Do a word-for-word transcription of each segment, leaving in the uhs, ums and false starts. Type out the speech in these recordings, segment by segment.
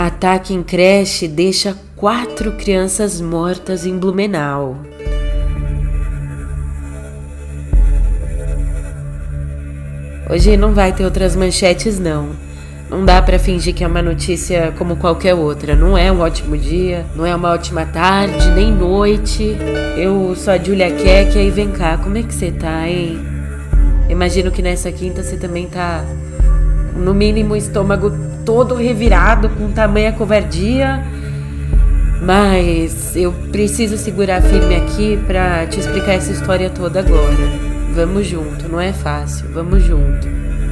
Ataque em creche deixa quatro crianças mortas em Blumenau. Hoje não vai ter outras manchetes, não. Não dá pra fingir que é uma notícia como qualquer outra. Não é um ótimo dia, não é uma ótima tarde, nem noite. Eu sou a Julia Keck e vem cá, como é que você tá, hein? Imagino que nessa quinta você também tá, no mínimo, o estômago todo revirado, com tamanha covardia. Mas eu preciso segurar firme aqui pra te explicar essa história toda agora. Vamos junto, não é fácil, vamos junto.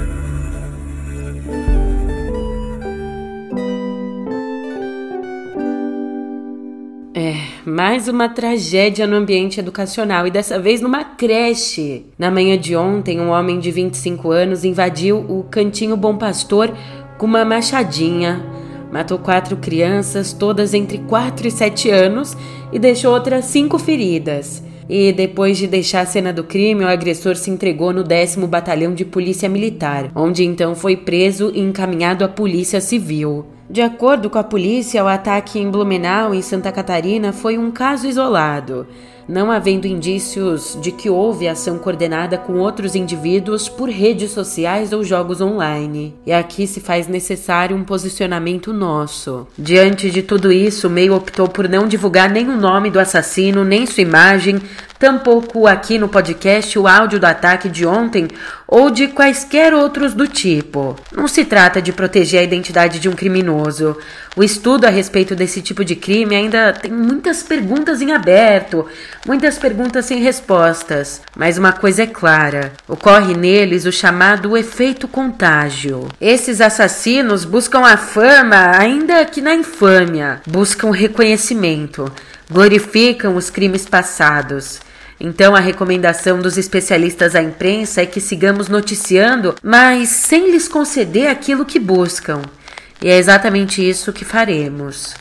É, mais uma tragédia no ambiente educacional e dessa vez numa creche. Na manhã de ontem, um homem de vinte e cinco anos invadiu o Cantinho Bom Pastor com uma machadinha. Matou quatro crianças, todas entre quatro e sete anos, e deixou outras cinco feridas. E depois de deixar a cena do crime, o agressor se entregou no décimo Batalhão de Polícia Militar, onde então foi preso e encaminhado à Polícia Civil. De acordo com a polícia, o ataque em Blumenau, em Santa Catarina, foi um caso isolado, não havendo indícios de que houve ação coordenada com outros indivíduos por redes sociais ou jogos online. E aqui se faz necessário um posicionamento nosso. Diante de tudo isso, o meio optou por não divulgar nem o nome do assassino, nem sua imagem, tampouco aqui no podcast o áudio do ataque de ontem ou de quaisquer outros do tipo. Não se trata de proteger a identidade de um criminoso. O estudo a respeito desse tipo de crime ainda tem muitas perguntas em aberto, muitas perguntas sem respostas. Mas uma coisa é clara, ocorre neles o chamado efeito contágio. Esses assassinos buscam a fama ainda que na infâmia, buscam reconhecimento, glorificam os crimes passados. Então a recomendação dos especialistas à imprensa é que sigamos noticiando, mas sem lhes conceder aquilo que buscam. E é exatamente isso que faremos.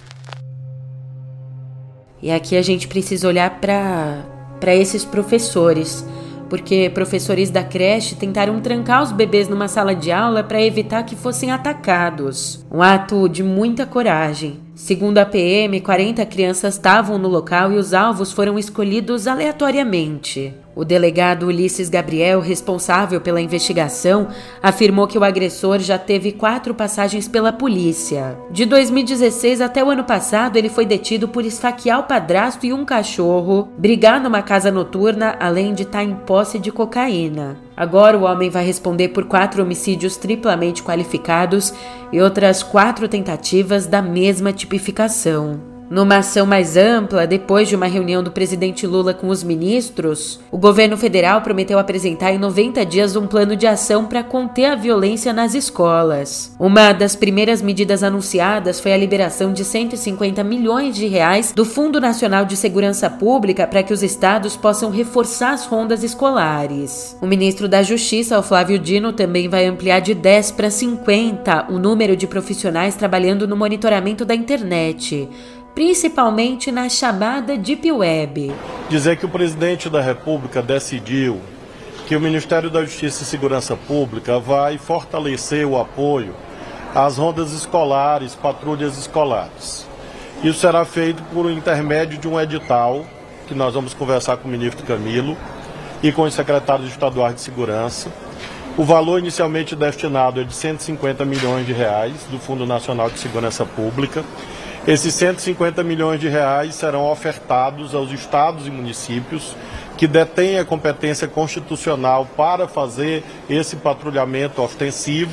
E aqui a gente precisa olhar para para esses professores, porque professores da creche tentaram trancar os bebês numa sala de aula para evitar que fossem atacados. Um ato de muita coragem. Segundo a P M, quarenta crianças estavam no local e os alvos foram escolhidos aleatoriamente. O delegado Ulisses Gabriel, responsável pela investigação, afirmou que o agressor já teve quatro passagens pela polícia. De dois mil e dezesseis até o ano passado, ele foi detido por esfaquear o padrasto e um cachorro, brigar numa casa noturna, além de estar em posse de cocaína. Agora o homem vai responder por quatro homicídios triplamente qualificados e outras quatro tentativas da mesma tipificação. Numa ação mais ampla, depois de uma reunião do presidente Lula com os ministros, o governo federal prometeu apresentar em noventa dias um plano de ação para conter a violência nas escolas. Uma das primeiras medidas anunciadas foi a liberação de cento e cinquenta milhões de reais do Fundo Nacional de Segurança Pública para que os estados possam reforçar as rondas escolares. O ministro da Justiça, o Flávio Dino, também vai ampliar de dez para cinquenta o número de profissionais trabalhando no monitoramento da internet, principalmente na chamada Deep Web. Dizer que o presidente da República decidiu que o Ministério da Justiça e Segurança Pública vai fortalecer o apoio às rondas escolares, patrulhas escolares. Isso será feito por intermédio de um edital, que nós vamos conversar com o ministro Camilo e com os secretários estaduais de segurança. O valor inicialmente destinado é de cento e cinquenta milhões de reais do Fundo Nacional de Segurança Pública. Esses cento e cinquenta milhões de reais serão ofertados aos estados e municípios que detêm a competência constitucional para fazer esse patrulhamento ostensivo.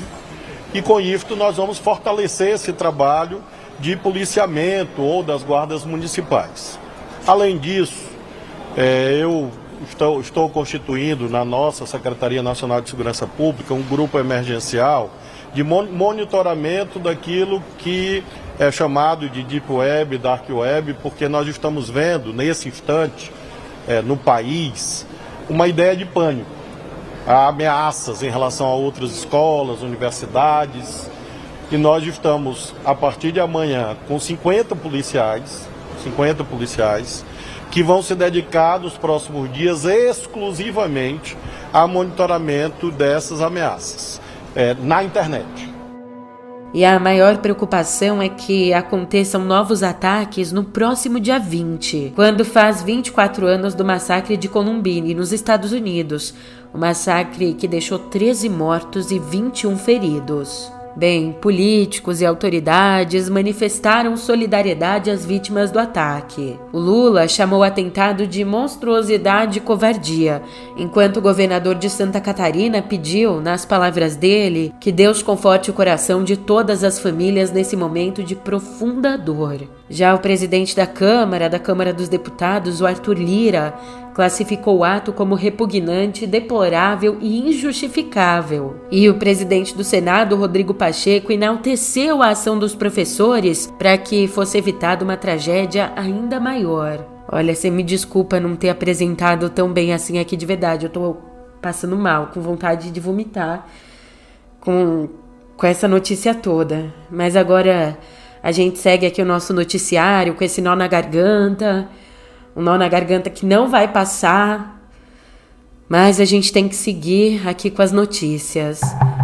E com isso nós vamos fortalecer esse trabalho de policiamento ou das guardas municipais. Além disso, é, eu estou, estou constituindo na nossa Secretaria Nacional de Segurança Pública um grupo emergencial de monitoramento daquilo que é chamado de Deep Web, Dark Web, porque nós estamos vendo, nesse instante, é, no país, uma ideia de pânico. Há ameaças em relação a outras escolas, universidades, e nós estamos, a partir de amanhã, com cinquenta policiais, cinquenta policiais, que vão se dedicar nos próximos dias exclusivamente a monitoramento dessas ameaças, é, na internet. E a maior preocupação é que aconteçam novos ataques no próximo dia vinte, quando faz vinte e quatro anos do massacre de Columbine, nos Estados Unidos. O massacre que deixou treze mortos e vinte e um feridos. Bem, políticos e autoridades manifestaram solidariedade às vítimas do ataque. O Lula chamou o atentado de monstruosidade e covardia, enquanto o governador de Santa Catarina pediu, nas palavras dele, que Deus conforte o coração de todas as famílias nesse momento de profunda dor. Já o presidente da Câmara, da Câmara dos Deputados, o Arthur Lira, classificou o ato como repugnante, deplorável e injustificável. E o presidente do Senado, Rodrigo Pacheco, enalteceu a ação dos professores para que fosse evitada uma tragédia ainda maior. Olha, você me desculpa não ter apresentado tão bem assim aqui de verdade. Eu tô passando mal, com vontade de vomitar com, com essa notícia toda. Mas agora a gente segue aqui o nosso noticiário com esse nó na garganta. Um nó na garganta que não vai passar, mas a gente tem que seguir aqui com as notícias.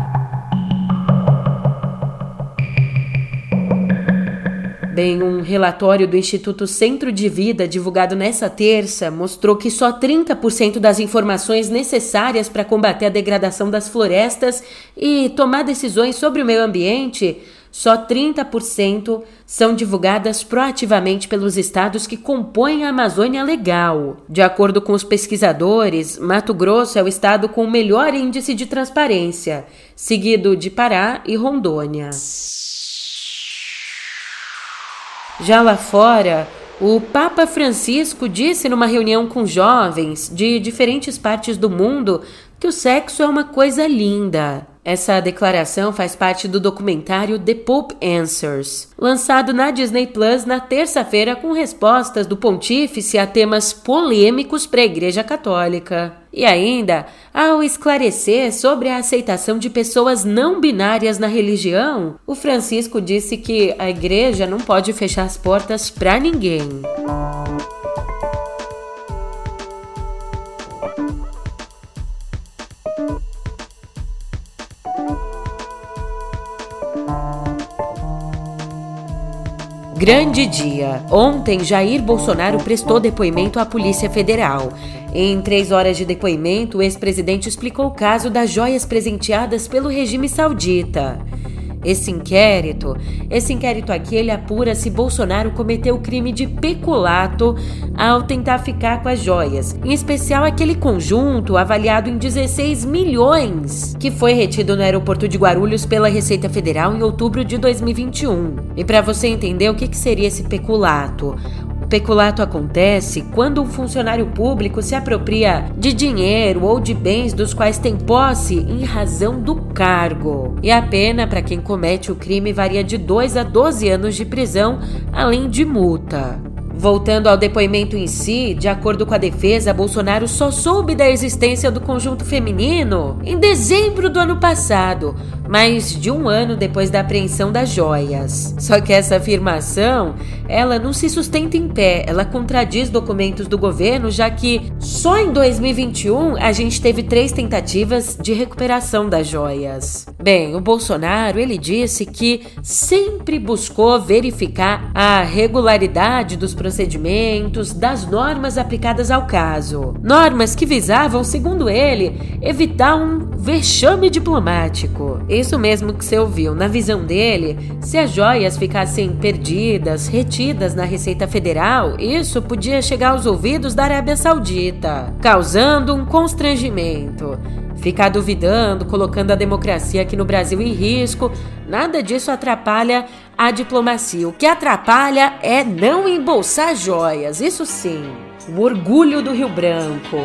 Bem, um relatório do Instituto Centro de Vida, divulgado nessa terça, mostrou que só trinta por cento das informações necessárias para combater a degradação das florestas e tomar decisões sobre o meio ambiente, só trinta por cento são divulgadas proativamente pelos estados que compõem a Amazônia Legal. De acordo com os pesquisadores, Mato Grosso é o estado com o melhor índice de transparência, seguido de Pará e Rondônia. Já lá fora, o Papa Francisco disse numa reunião com jovens de diferentes partes do mundo que o sexo é uma coisa linda. Essa declaração faz parte do documentário The Pope Answers, lançado na Disney Plus na terça-feira com respostas do pontífice a temas polêmicos para a Igreja Católica. E ainda, ao esclarecer sobre a aceitação de pessoas não binárias na religião, o Francisco disse que a Igreja não pode fechar as portas para ninguém. Grande dia! Ontem, Jair Bolsonaro prestou depoimento à Polícia Federal. Em três horas de depoimento, o ex-presidente explicou o caso das joias presenteadas pelo regime saudita. Esse inquérito, esse inquérito aqui, ele apura se Bolsonaro cometeu o crime de peculato ao tentar ficar com as joias, em especial aquele conjunto avaliado em dezesseis milhões, que foi retido no aeroporto de Guarulhos pela Receita Federal em outubro de dois mil e vinte e um. E para você entender o que, que seria esse peculato, o peculato acontece quando um funcionário público se apropria de dinheiro ou de bens dos quais tem posse em razão do cargo. E a pena para quem comete o crime varia de dois a doze anos de prisão, além de multa. Voltando ao depoimento em si, de acordo com a defesa, Bolsonaro só soube da existência do conjunto feminino em dezembro do ano passado, mais de um ano depois da apreensão das joias. Só que essa afirmação, ela não se sustenta em pé, ela contradiz documentos do governo, já que só em dois mil e vinte e um a gente teve três tentativas de recuperação das joias. Bem, o Bolsonaro, ele disse que sempre buscou verificar a regularidade dos procedimentos, das normas aplicadas ao caso. Normas que visavam, segundo ele, evitar um vexame diplomático. Isso mesmo que você ouviu. Na visão dele, se as joias ficassem perdidas, retidas na Receita Federal, isso podia chegar aos ouvidos da Arábia Saudita, causando um constrangimento. Ficar duvidando, colocando a democracia aqui no Brasil em risco, nada disso atrapalha a diplomacia. O que atrapalha é não embolsar joias, isso sim. O orgulho do Rio Branco.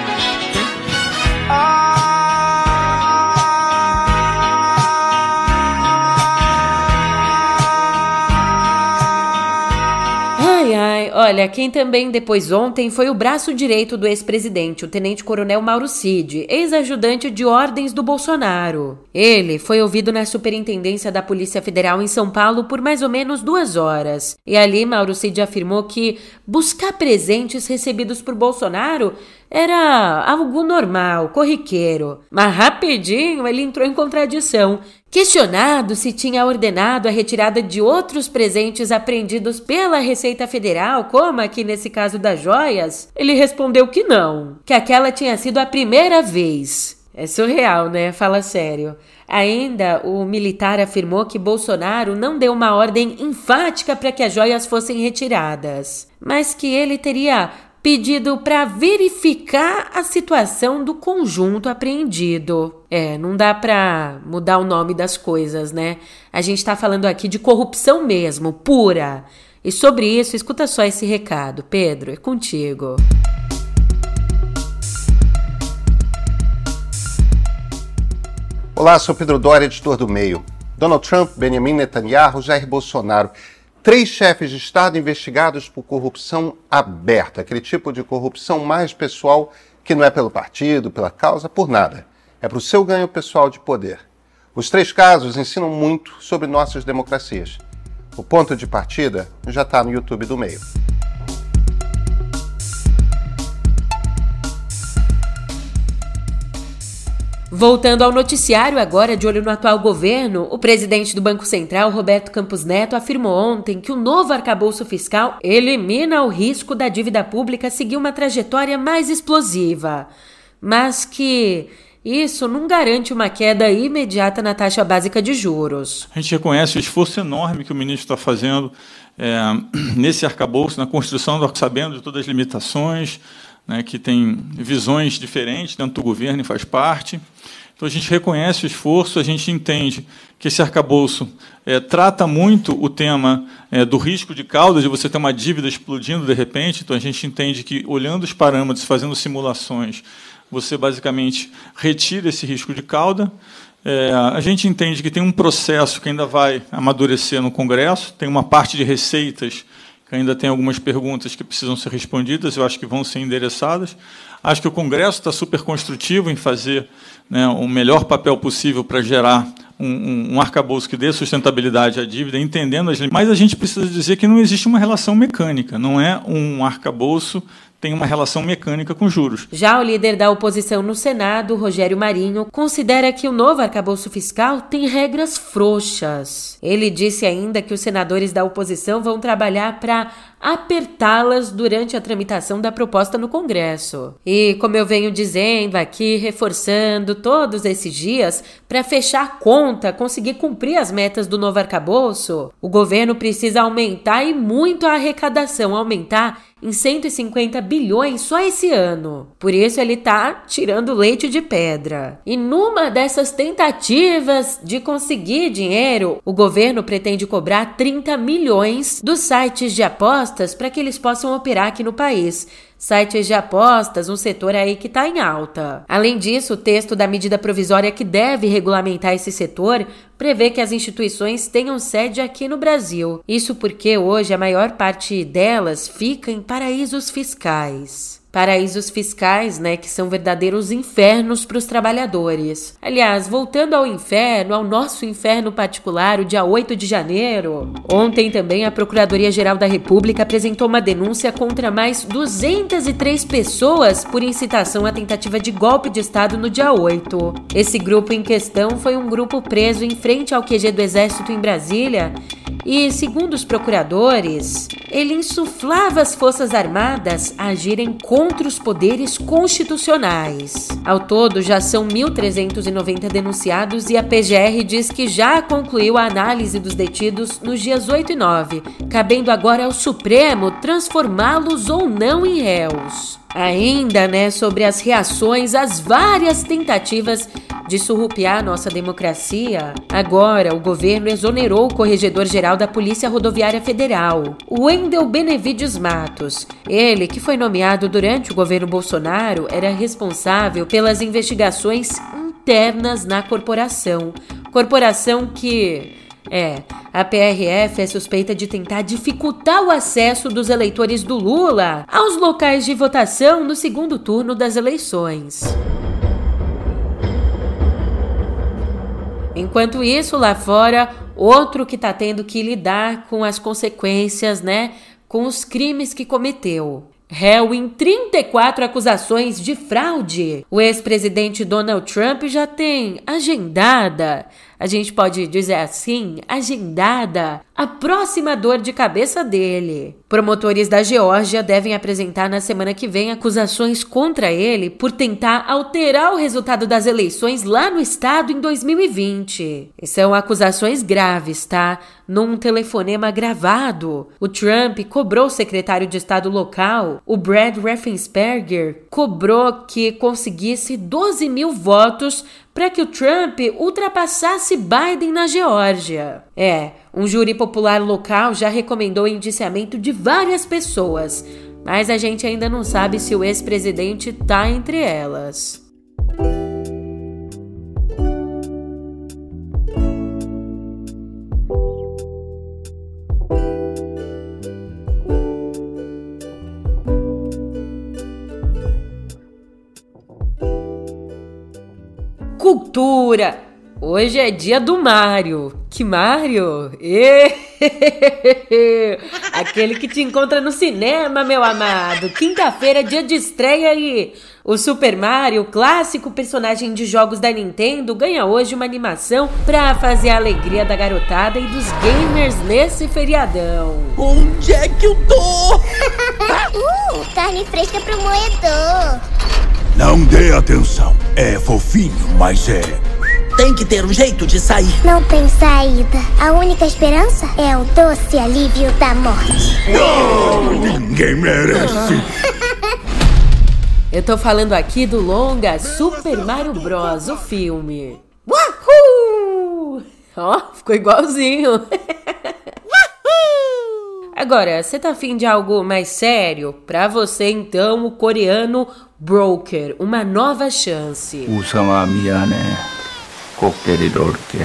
Ai, ai, olha, quem também depois ontem foi o braço direito do ex-presidente, o tenente-coronel Mauro Cid, ex-ajudante de ordens do Bolsonaro. Ele foi ouvido na Superintendência da Polícia Federal em São Paulo por mais ou menos duas horas. E ali, Mauro Cid afirmou que buscar presentes recebidos por Bolsonaro era algo normal, corriqueiro. Mas rapidinho ele entrou em contradição. Questionado se tinha ordenado a retirada de outros presentes apreendidos pela Receita Federal, como aqui nesse caso das joias, ele respondeu que não, que aquela tinha sido a primeira vez. É surreal, né? Fala sério. Ainda, o militar afirmou que Bolsonaro não deu uma ordem enfática para que as joias fossem retiradas, mas que ele teria pedido para verificar a situação do conjunto apreendido. É, não dá para mudar o nome das coisas, né? A gente tá falando aqui de corrupção mesmo, pura. E sobre isso, escuta só esse recado. Pedro, é contigo. Olá, sou Pedro Doria, editor do Meio. Donald Trump, Benjamin Netanyahu, Jair Bolsonaro. Três chefes de Estado investigados por corrupção aberta, aquele tipo de corrupção mais pessoal que não é pelo partido, pela causa, por nada. É para o seu ganho pessoal de poder. Os três casos ensinam muito sobre nossas democracias. O ponto de partida já está no YouTube do Meio. Voltando ao noticiário agora, de olho no atual governo, o presidente do Banco Central, Roberto Campos Neto, afirmou ontem que o novo arcabouço fiscal elimina o risco da dívida pública seguir uma trajetória mais explosiva, mas que isso não garante uma queda imediata na taxa básica de juros. A gente reconhece o esforço enorme que o ministro está fazendo é, nesse arcabouço, na construção, sabendo de todas as limitações, né, que tem visões diferentes dentro do governo e faz parte. Então, a gente reconhece o esforço, a gente entende que esse arcabouço é, trata muito o tema é, do risco de cauda, de você ter uma dívida explodindo de repente. Então, a gente entende que, olhando os parâmetros, fazendo simulações, você, basicamente, retira esse risco de cauda. É, a gente entende que tem um processo que ainda vai amadurecer no Congresso, tem uma parte de receitas que ainda tem algumas perguntas que precisam ser respondidas, eu acho que vão ser endereçadas. Acho que o Congresso está super construtivo em fazer, né, o melhor papel possível para gerar um, um, um arcabouço que dê sustentabilidade à dívida, entendendo as... Mas a gente precisa dizer que não existe uma relação mecânica, não é um arcabouço tem uma relação mecânica com juros. Já o líder da oposição no Senado, Rogério Marinho, considera que o novo arcabouço fiscal tem regras frouxas. Ele disse ainda que os senadores da oposição vão trabalhar para apertá-las durante a tramitação da proposta no Congresso. E, como eu venho dizendo aqui, reforçando todos esses dias, para fechar a conta, conseguir cumprir as metas do novo arcabouço, o governo precisa aumentar e muito a arrecadação, aumentar em cento e cinquenta bilhões só esse ano. Por isso ele tá tirando leite de pedra. E numa dessas tentativas de conseguir dinheiro, o governo pretende cobrar trinta milhões dos sites de apostas para que eles possam operar aqui no país. Sites de apostas, um setor aí que está em alta. Além disso, o texto da medida provisória que deve regulamentar esse setor prevê que as instituições tenham sede aqui no Brasil. Isso porque hoje a maior parte delas fica em paraísos fiscais. Paraísos fiscais, né, que são verdadeiros infernos para os trabalhadores. Aliás, voltando ao inferno, ao nosso inferno particular, o dia oito de janeiro, ontem também a Procuradoria-Geral da República apresentou uma denúncia contra mais duzentas e três pessoas por incitação à tentativa de golpe de Estado no dia oito. Esse grupo em questão foi um grupo preso em frente ao Q G do Exército em Brasília e, segundo os procuradores, ele insuflava as Forças Armadas a agirem contra os poderes constitucionais. Ao todo, já são mil trezentos e noventa denunciados e a P G R diz que já concluiu a análise dos detidos nos dias oito e nove, cabendo agora ao Supremo transformá-los ou não em réus. Ainda, né, sobre as reações às várias tentativas de surrupiar nossa democracia, agora o governo exonerou o corregedor-geral da Polícia Rodoviária Federal, o Wendel Benevides Matos. Ele, que foi nomeado durante o governo Bolsonaro, era responsável pelas investigações internas na corporação. Corporação que... É, a P R F é suspeita de tentar dificultar o acesso dos eleitores do Lula aos locais de votação no segundo turno das eleições. Enquanto isso, lá fora, outro que está tendo que lidar com as consequências, né, com os crimes que cometeu. réu em trinta e quatro acusações de fraude. O ex-presidente Donald Trump já tem agendada, a gente pode dizer assim, agendada, a próxima dor de cabeça dele. Promotores da Geórgia devem apresentar na semana que vem acusações contra ele por tentar alterar o resultado das eleições lá no estado em dois mil e vinte. E são acusações graves, tá? Num telefonema gravado, o Trump cobrou o secretário de Estado local, o Brad Raffensperger, cobrou que conseguisse doze mil votos para que o Trump ultrapassasse Biden na Geórgia. É, um júri popular local já recomendou o indiciamento de várias pessoas, mas a gente ainda não sabe se o ex-presidente tá entre elas. Cultura! Hoje é dia do Mário. Que Mário? Aquele que te encontra no cinema, meu amado. Quinta-feira, dia de estreia aí. O Super Mario, clássico personagem de jogos da Nintendo, ganha hoje uma animação pra fazer a alegria da garotada e dos gamers nesse feriadão. Onde é que eu tô? uh, carne fresca pro moedor. Não dê atenção. É fofinho, mas é... Tem que ter um jeito de sair. Não tem saída. A única esperança é o doce alívio da morte. Oh, ninguém merece. Eu tô falando aqui do longa Super Mario Bros, o filme. Uhul! Ó, oh, ficou igualzinho. Agora, você tá afim de algo mais sério? Pra você, então, o coreano Broker, Uma Nova Chance. 우성아 미안해. 꼭 데리러 올게.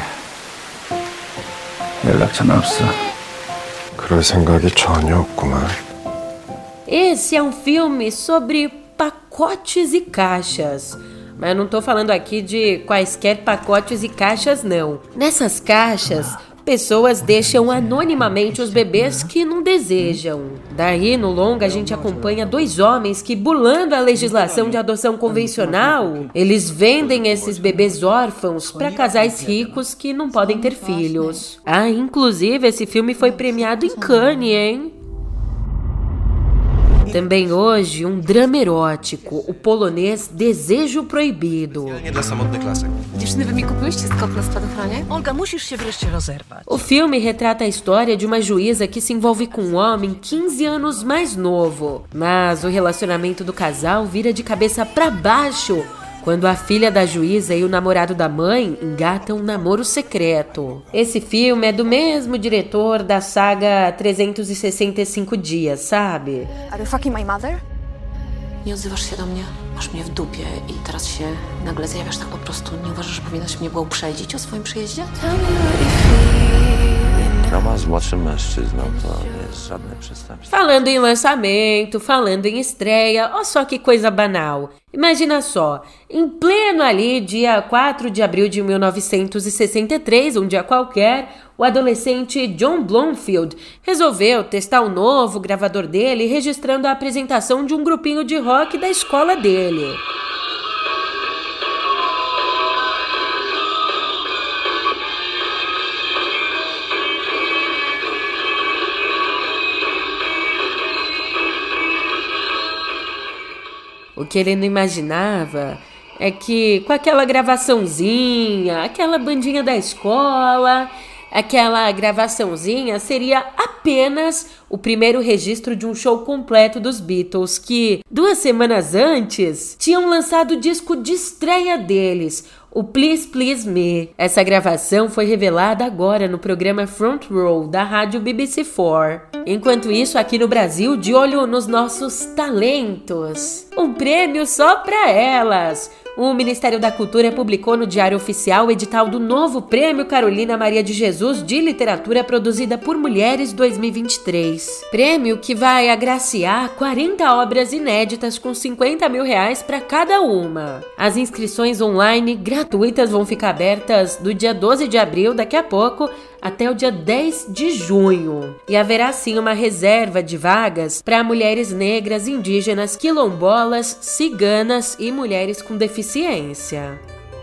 연락처는 없어. 그럴 생각이 전혀 없구만. Esse é um filme sobre pacotes e caixas. Mas não tô falando aqui de quaisquer pacotes e caixas, não. Nessas caixas, pessoas deixam anonimamente os bebês que não desejam. Daí, no longa, a gente acompanha dois homens que, burlando a legislação de adoção convencional, eles vendem esses bebês órfãos para casais ricos que não podem ter filhos. Ah, inclusive, esse filme foi premiado em Cannes, hein? Também hoje, um drama erótico, o polonês Desejo Proibido. O filme retrata a história de uma juíza que se envolve com um homem quinze anos mais novo. Mas o relacionamento do casal vira de cabeça para baixo quando a filha da juíza e o namorado da mãe engatam um namoro secreto. Esse filme é do mesmo diretor da saga trezentos e sessenta e cinco dias, sabe? Are you fucking my mother? Nie odzywasz się do mnie, masz mnie w dupie i teraz się nagle zjawiasz tak po prostu. Nie uważasz, że powinnaś mnie było uprzedzić o swoim przyjeździe? Drama z młodszym mężczyzną to nie jest żadne przestępstwo. Falando em lançamento, falando em estreia, olha só que coisa banal. Imagina só, em pleno ali, dia quatro de abril de mil novecentos e sessenta e três, um dia qualquer, o adolescente John Bloomfield resolveu testar o novo gravador dele, registrando a apresentação de um grupinho de rock da escola dele. O que ele não imaginava é que com aquela gravaçãozinha, aquela bandinha da escola, aquela gravaçãozinha seria apenas o primeiro registro de um show completo dos Beatles, que duas semanas antes tinham lançado o disco de estreia deles, o Please Please Me. Essa gravação foi revelada agora no programa Front Row da rádio B B C quatro. Enquanto isso, aqui no Brasil, de olho nos nossos talentos, um prêmio só para elas. O Ministério da Cultura publicou no Diário Oficial o edital do novo Prêmio Carolina Maria de Jesus de Literatura produzida por Mulheres dois mil e vinte e três. Milhões. Prêmio que vai agraciar quarenta obras inéditas com cinquenta mil reais para cada uma. As inscrições online gratuitas vão ficar abertas do dia doze de abril, daqui a pouco, até o dia dez de junho. E haverá sim uma reserva de vagas para mulheres negras, indígenas, quilombolas, ciganas e mulheres com deficiência.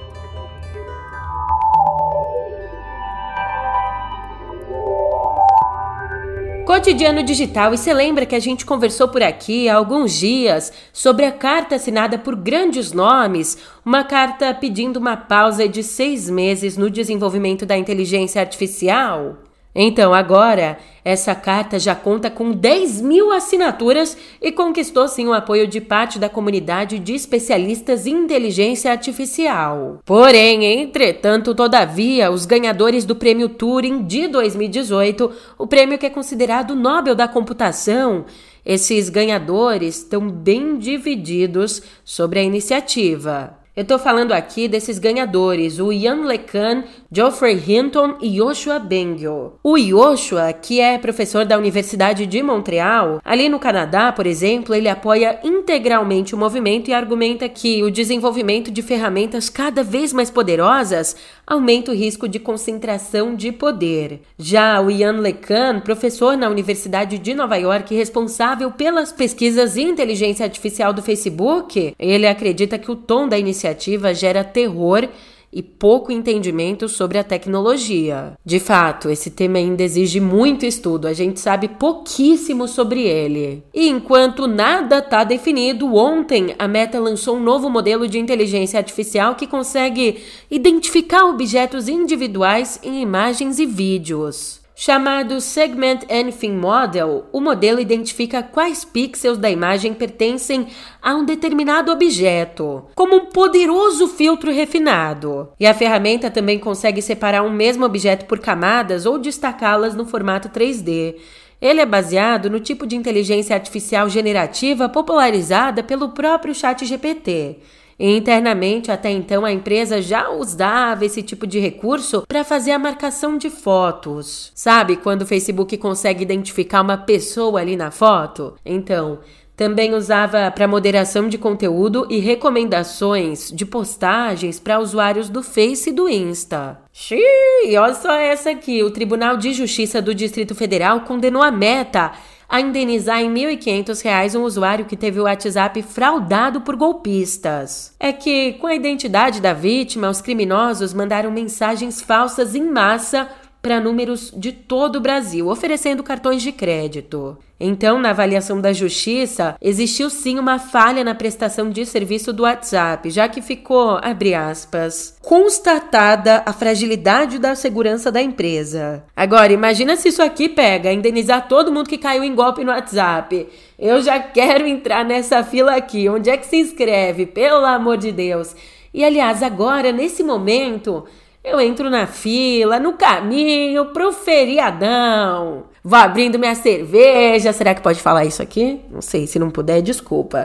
Cotidiano Digital, e você lembra que a gente conversou por aqui há alguns dias sobre a carta assinada por grandes nomes, uma carta pedindo uma pausa de seis meses no desenvolvimento da inteligência artificial? Então, agora, essa carta já conta com dez mil assinaturas e conquistou sim o apoio de parte da comunidade de especialistas em inteligência artificial. Porém, entretanto, todavia, os ganhadores do Prêmio Turing de dois mil e dezoito, o prêmio que é considerado o Nobel da Computação, esses ganhadores estão bem divididos sobre a iniciativa. Eu tô falando aqui desses ganhadores, o Ian LeCun, Geoffrey Hinton e Yoshua Bengio. O Yoshua, que é professor da Universidade de Montreal, ali no Canadá, por exemplo, ele apoia integralmente o movimento e argumenta que o desenvolvimento de ferramentas cada vez mais poderosas aumenta o risco de concentração de poder. Já o Ian LeCun, professor na Universidade de Nova York, responsável pelas pesquisas em inteligência artificial do Facebook, ele acredita que o tom da iniciativa gera terror e pouco entendimento sobre a tecnologia. De fato, esse tema ainda exige muito estudo, a gente sabe pouquíssimo sobre ele. E enquanto nada está definido, ontem a Meta lançou um novo modelo de inteligência artificial que consegue identificar objetos individuais em imagens e vídeos. Chamado Segment Anything Model, o modelo identifica quais pixels da imagem pertencem a um determinado objeto, como um poderoso filtro refinado. E a ferramenta também consegue separar um mesmo objeto por camadas ou destacá-las no formato três D. Ele é baseado no tipo de inteligência artificial generativa popularizada pelo próprio ChatGPT. E internamente, até então, a empresa já usava esse tipo de recurso para fazer a marcação de fotos. Sabe quando o Facebook consegue identificar uma pessoa ali na foto? Então, também usava para moderação de conteúdo e recomendações de postagens para usuários do Face e do Insta. Xiii, olha só essa aqui. O Tribunal de Justiça do Distrito Federal condenou a Meta a indenizar em mil e quinhentos reais um usuário que teve o WhatsApp fraudado por golpistas. É que, com a identidade da vítima, os criminosos mandaram mensagens falsas em massa para números de todo o Brasil, oferecendo cartões de crédito. Então, na avaliação da Justiça, existiu sim uma falha na prestação de serviço do WhatsApp, já que ficou, abre aspas, constatada a fragilidade da segurança da empresa. Agora, imagina se isso aqui pega, indenizar todo mundo que caiu em golpe no WhatsApp. Eu já quero entrar nessa fila aqui. Onde é que se inscreve? Pelo amor de Deus. E, aliás, agora, nesse momento, eu entro na fila, no caminho pro feriadão. Vou abrindo minha cerveja. Será que pode falar isso aqui? Não sei, se não puder, desculpa.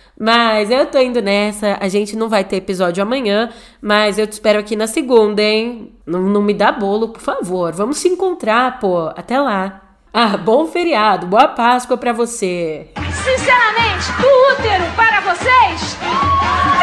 Mas eu tô indo nessa. A gente não vai ter episódio amanhã, mas eu te espero aqui na segunda, hein? Não, não me dá bolo, por favor. Vamos se encontrar, pô. Até lá. Ah, bom feriado. Boa Páscoa pra você. Sinceramente, do útero para vocês...